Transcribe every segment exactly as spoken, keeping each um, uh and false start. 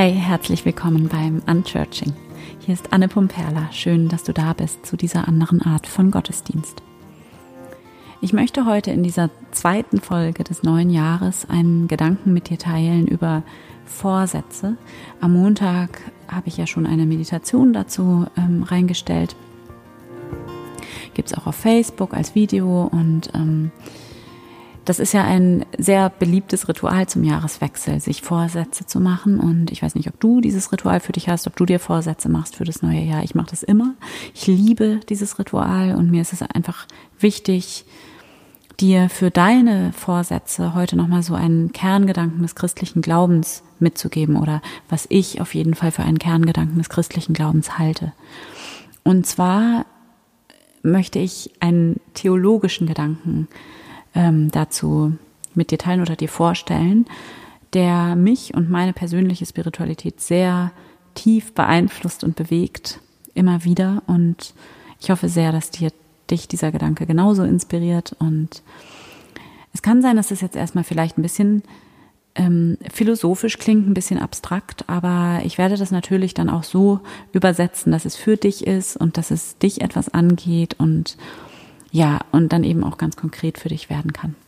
Hey, herzlich willkommen beim Unchurching. Hier ist Anne Pumperla. Schön, dass du da bist zu dieser anderen Art von Gottesdienst. Ich möchte heute in dieser zweiten Folge des neuen Jahres einen Gedanken mit dir teilen über Vorsätze. Am Montag habe ich ja schon eine Meditation dazu ähm, reingestellt. Gibt es auch auf Facebook als Video und ähm, das ist ja ein sehr beliebtes Ritual zum Jahreswechsel, sich Vorsätze zu machen. Und ich weiß nicht, ob du dieses Ritual für dich hast, ob du dir Vorsätze machst für das neue Jahr. Ich mache das immer. Ich liebe dieses Ritual und mir ist es einfach wichtig, dir für deine Vorsätze heute nochmal so einen Kerngedanken des christlichen Glaubens mitzugeben oder was ich auf jeden Fall für einen Kerngedanken des christlichen Glaubens halte. Und zwar möchte ich einen theologischen Gedanken ähm, dazu mit dir teilen oder dir vorstellen, der mich und meine persönliche Spiritualität sehr tief beeinflusst und bewegt, immer wieder. Und ich hoffe sehr, dass dir dich dieser Gedanke genauso inspiriert. Und es kann sein, dass es jetzt erstmal vielleicht ein bisschen ähm, philosophisch klingt, ein bisschen abstrakt, aber ich werde das natürlich dann auch so übersetzen, dass es für dich ist und dass es dich etwas angeht und ja, und dann eben auch ganz konkret für dich werden kann.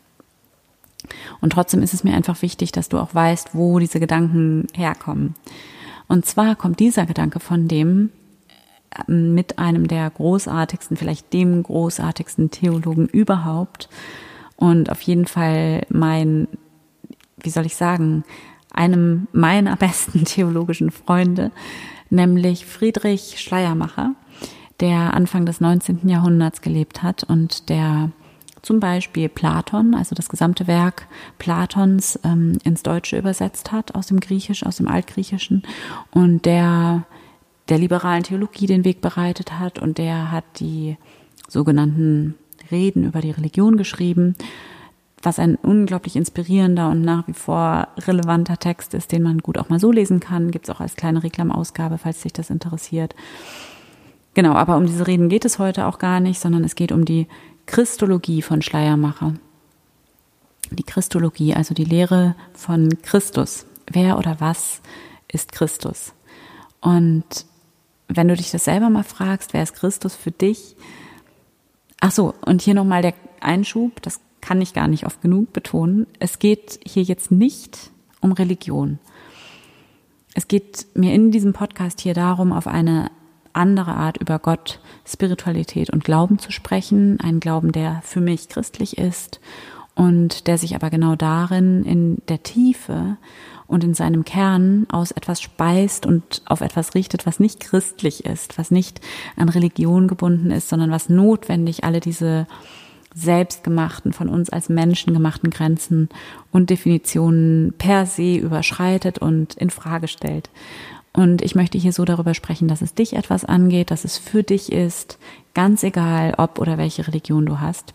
Und trotzdem ist es mir einfach wichtig, dass du auch weißt, wo diese Gedanken herkommen. Und zwar kommt dieser Gedanke von dem, mit einem der großartigsten, vielleicht dem großartigsten Theologen überhaupt und auf jeden Fall mein, wie soll ich sagen, einem meiner besten theologischen Freunde, nämlich Friedrich Schleiermacher, der Anfang des neunzehnten Jahrhunderts gelebt hat und der zum Beispiel Platon, also das gesamte Werk Platons ähm, ins Deutsche übersetzt hat, aus dem Griechisch, aus dem Altgriechischen und der der liberalen Theologie den Weg bereitet hat und der hat die sogenannten Reden über die Religion geschrieben, was ein unglaublich inspirierender und nach wie vor relevanter Text ist, den man gut auch mal so lesen kann, gibt es auch als kleine Reklamausgabe, falls dich das interessiert. Genau, aber um diese Reden geht es heute auch gar nicht, sondern es geht um die Christologie von Schleiermacher. Die Christologie, also die Lehre von Christus. Wer oder was ist Christus? Und wenn du dich das selber mal fragst, wer ist Christus für dich? Ach so, und hier nochmal der Einschub, das kann ich gar nicht oft genug betonen. Es geht hier jetzt nicht um Religion. Es geht mir in diesem Podcast hier darum, auf eine andere Art über Gott, Spiritualität und Glauben zu sprechen. Ein Glauben, der für mich christlich ist und der sich aber genau darin in der Tiefe und in seinem Kern aus etwas speist und auf etwas richtet, was nicht christlich ist, was nicht an Religion gebunden ist, sondern was notwendig alle diese selbstgemachten, von uns als Menschen gemachten Grenzen und Definitionen per se überschreitet und in Frage stellt. Und ich möchte hier so darüber sprechen, dass es dich etwas angeht, dass es für dich ist, ganz egal, ob oder welche Religion du hast.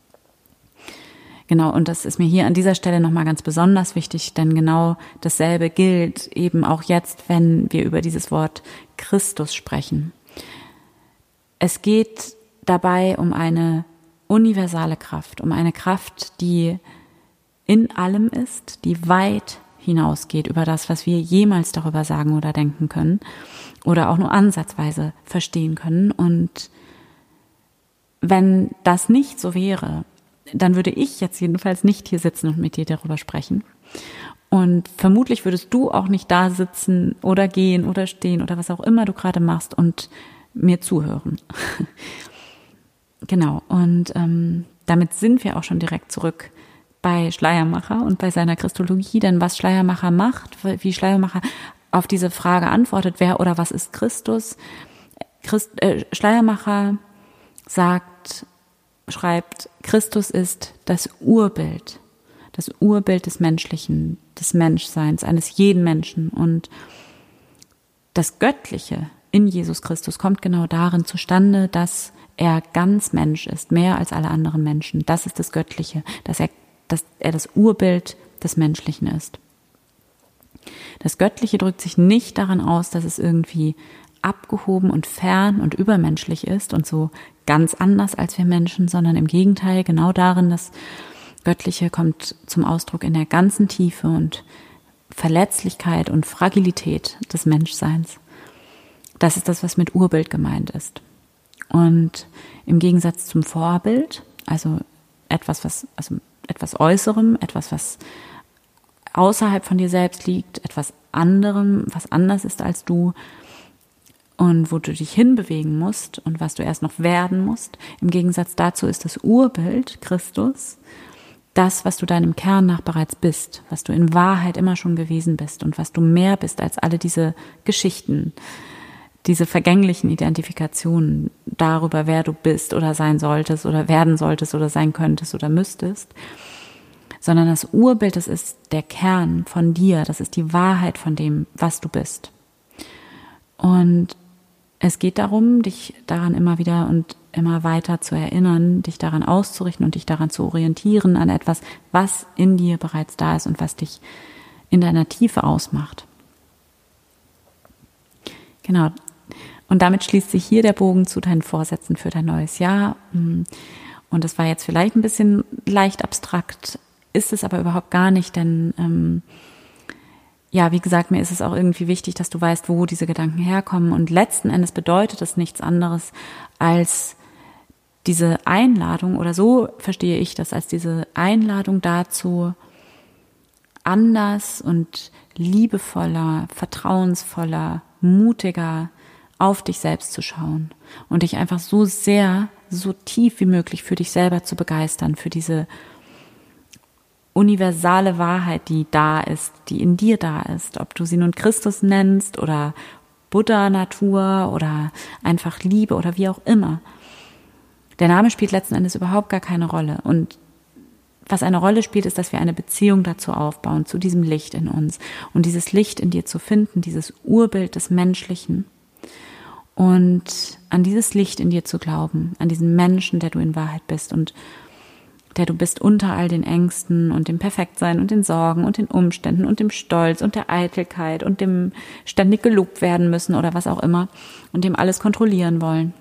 Genau, und das ist mir hier an dieser Stelle nochmal ganz besonders wichtig, denn genau dasselbe gilt eben auch jetzt, wenn wir über dieses Wort Christus sprechen. Es geht dabei um eine universale Kraft, um eine Kraft, die in allem ist, die weit hinausgeht über das, was wir jemals darüber sagen oder denken können oder auch nur ansatzweise verstehen können. Und wenn das nicht so wäre, dann würde ich jetzt jedenfalls nicht hier sitzen und mit dir darüber sprechen. Und vermutlich würdest du auch nicht da sitzen oder gehen oder stehen oder was auch immer du gerade machst und mir zuhören. Genau, und ähm, damit sind wir auch schon direkt zurück bei Schleiermacher und bei seiner Christologie, denn was Schleiermacher macht, wie Schleiermacher auf diese Frage antwortet, wer oder was ist Christus? Christ, äh, Schleiermacher sagt, schreibt, Christus ist das Urbild, das Urbild des Menschlichen, des Menschseins, eines jeden Menschen. Und das Göttliche in Jesus Christus kommt genau darin zustande, dass er ganz Mensch ist, mehr als alle anderen Menschen. Das ist das Göttliche, dass er dass er das Urbild des Menschlichen ist. Das Göttliche drückt sich nicht daran aus, dass es irgendwie abgehoben und fern und übermenschlich ist und so ganz anders als wir Menschen, sondern im Gegenteil genau darin, das Göttliche kommt zum Ausdruck in der ganzen Tiefe und Verletzlichkeit und Fragilität des Menschseins. Das ist das, was mit Urbild gemeint ist. Und im Gegensatz zum Vorbild, also etwas, was, also etwas Äußerem, etwas, was außerhalb von dir selbst liegt, etwas anderem, was anders ist als du und wo du dich hinbewegen musst und was du erst noch werden musst. Im Gegensatz dazu ist das Urbild, Christus, das, was du deinem Kern nach bereits bist, was du in Wahrheit immer schon gewesen bist und was du mehr bist als alle diese Geschichten, diese vergänglichen Identifikationen darüber, wer du bist oder sein solltest oder werden solltest oder sein könntest oder müsstest, sondern das Urbild, das ist der Kern von dir, das ist die Wahrheit von dem, was du bist. Und es geht darum, dich daran immer wieder und immer weiter zu erinnern, dich daran auszurichten und dich daran zu orientieren an etwas, was in dir bereits da ist und was dich in deiner Tiefe ausmacht. Genau. Und damit schließt sich hier der Bogen zu deinen Vorsätzen für dein neues Jahr. Und das war jetzt vielleicht ein bisschen leicht abstrakt, ist es aber überhaupt gar nicht, denn ähm, ja, wie gesagt, mir ist es auch irgendwie wichtig, dass du weißt, wo diese Gedanken herkommen. Und letzten Endes bedeutet es nichts anderes als diese Einladung, oder so verstehe ich das, als diese Einladung dazu, anders und liebevoller, vertrauensvoller, mutiger auf dich selbst zu schauen und dich einfach so sehr, so tief wie möglich für dich selber zu begeistern, für diese universale Wahrheit, die da ist, die in dir da ist, ob du sie nun Christus nennst oder Buddha, Natur oder einfach Liebe oder wie auch immer. Der Name spielt letzten Endes überhaupt gar keine Rolle. Und was eine Rolle spielt, ist, dass wir eine Beziehung dazu aufbauen, zu diesem Licht in uns. Und dieses Licht in dir zu finden, dieses Urbild des Menschlichen. Und an dieses Licht in dir zu glauben, an diesen Menschen, der du in Wahrheit bist und der du bist unter all den Ängsten und dem Perfektsein und den Sorgen und den Umständen und dem Stolz und der Eitelkeit und dem ständig gelobt werden müssen oder was auch immer und dem alles kontrollieren wollen.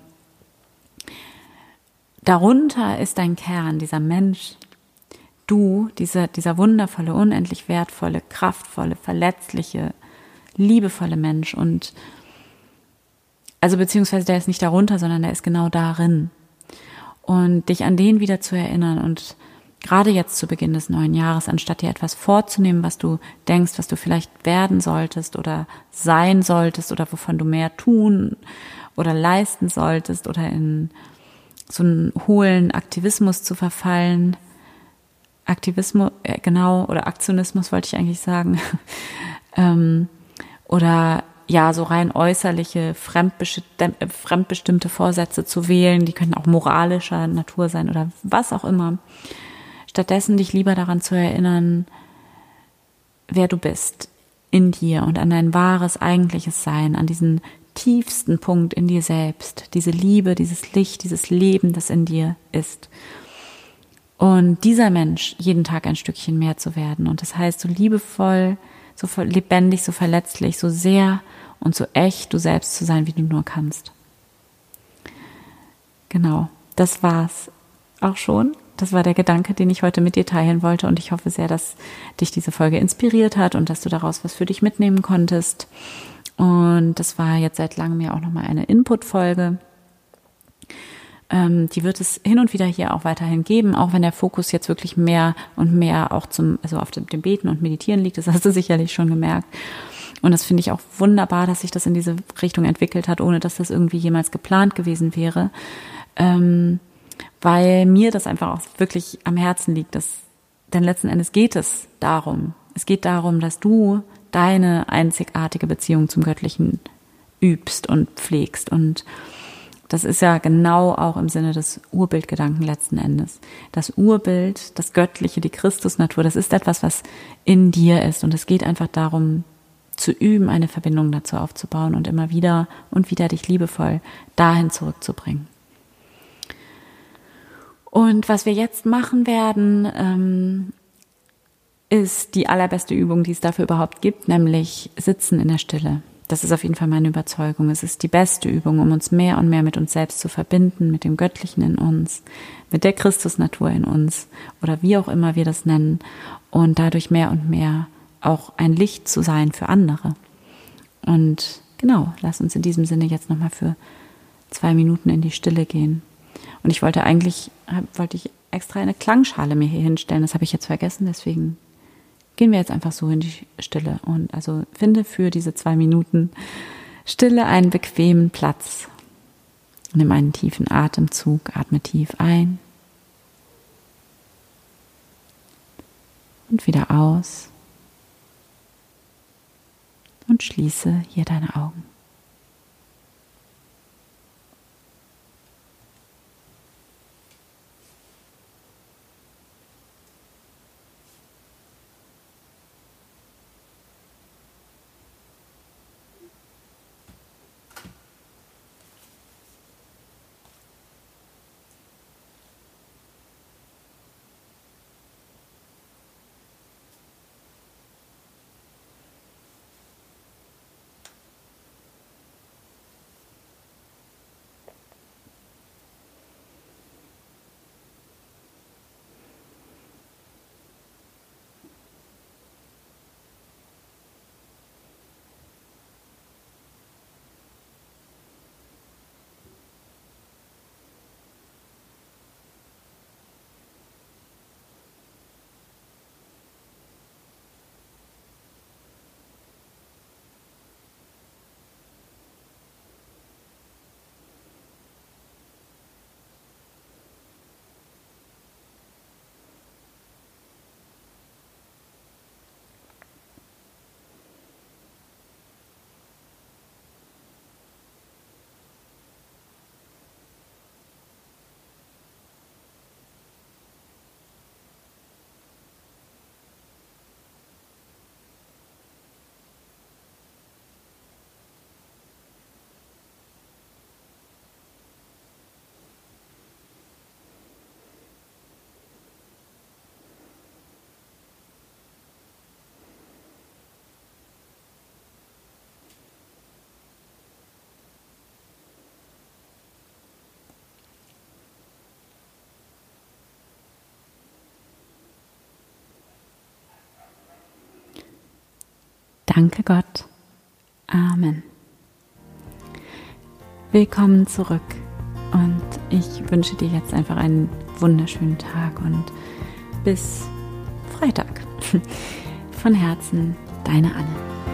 Darunter ist dein Kern, dieser Mensch, du, dieser, dieser wundervolle, unendlich wertvolle, kraftvolle, verletzliche, liebevolle Mensch und also beziehungsweise der ist nicht darunter, sondern der ist genau darin. Und dich an den wieder zu erinnern und gerade jetzt zu Beginn des neuen Jahres, anstatt dir etwas vorzunehmen, was du denkst, was du vielleicht werden solltest oder sein solltest oder wovon du mehr tun oder leisten solltest oder in so einen hohlen Aktivismus zu verfallen, Aktivismus, äh, genau, oder Aktionismus wollte ich eigentlich sagen, ähm, oder ja, so rein äußerliche, fremdbestimmte, fremdbestimmte Vorsätze zu wählen, die können auch moralischer Natur sein oder was auch immer. Stattdessen dich lieber daran zu erinnern, wer du bist in dir und an dein wahres, eigentliches Sein, an diesen tiefsten Punkt in dir selbst, diese Liebe, dieses Licht, dieses Leben, das in dir ist. Und dieser Mensch jeden Tag ein Stückchen mehr zu werden. Und das heißt, so liebevoll, so lebendig, so verletzlich, so sehr und so echt du selbst zu sein, wie du nur kannst. Genau, das war's auch schon. Das war der Gedanke, den ich heute mit dir teilen wollte und ich hoffe sehr, dass dich diese Folge inspiriert hat und dass du daraus was für dich mitnehmen konntest. Und das war jetzt seit langem ja auch nochmal eine Input-Folge. Ähm, die wird es hin und wieder hier auch weiterhin geben, auch wenn der Fokus jetzt wirklich mehr und mehr auch zum, also auf dem, dem Beten und Meditieren liegt. Das hast du sicherlich schon gemerkt. Und das finde ich auch wunderbar, dass sich das in diese Richtung entwickelt hat, ohne dass das irgendwie jemals geplant gewesen wäre. Ähm, weil mir das einfach auch wirklich am Herzen liegt. Dass, denn letzten Endes geht es darum. Es geht darum, dass du deine einzigartige Beziehung zum Göttlichen übst und pflegst. Und das ist ja genau auch im Sinne des Urbildgedanken letzten Endes. Das Urbild, das Göttliche, die Christusnatur, das ist etwas, was in dir ist. Und es geht einfach darum, zu üben, eine Verbindung dazu aufzubauen und immer wieder und wieder dich liebevoll dahin zurückzubringen. Und was wir jetzt machen werden, ähm, ist die allerbeste Übung, die es dafür überhaupt gibt, nämlich Sitzen in der Stille. Das ist auf jeden Fall meine Überzeugung. Es ist die beste Übung, um uns mehr und mehr mit uns selbst zu verbinden, mit dem Göttlichen in uns, mit der Christusnatur in uns oder wie auch immer wir das nennen und dadurch mehr und mehr auch ein Licht zu sein für andere. Und genau, lass uns in diesem Sinne jetzt nochmal für zwei Minuten in die Stille gehen. Und ich wollte eigentlich, wollte ich extra eine Klangschale mir hier hinstellen, das habe ich jetzt vergessen, deswegen gehen wir jetzt einfach so in die Stille. Und also finde für diese zwei Minuten Stille einen bequemen Platz. Nimm einen tiefen Atemzug, atme tief ein und wieder aus und schließe hier deine Augen. Danke Gott. Amen. Willkommen zurück und ich wünsche dir jetzt einfach einen wunderschönen Tag und bis Freitag. Von Herzen, deine Anne.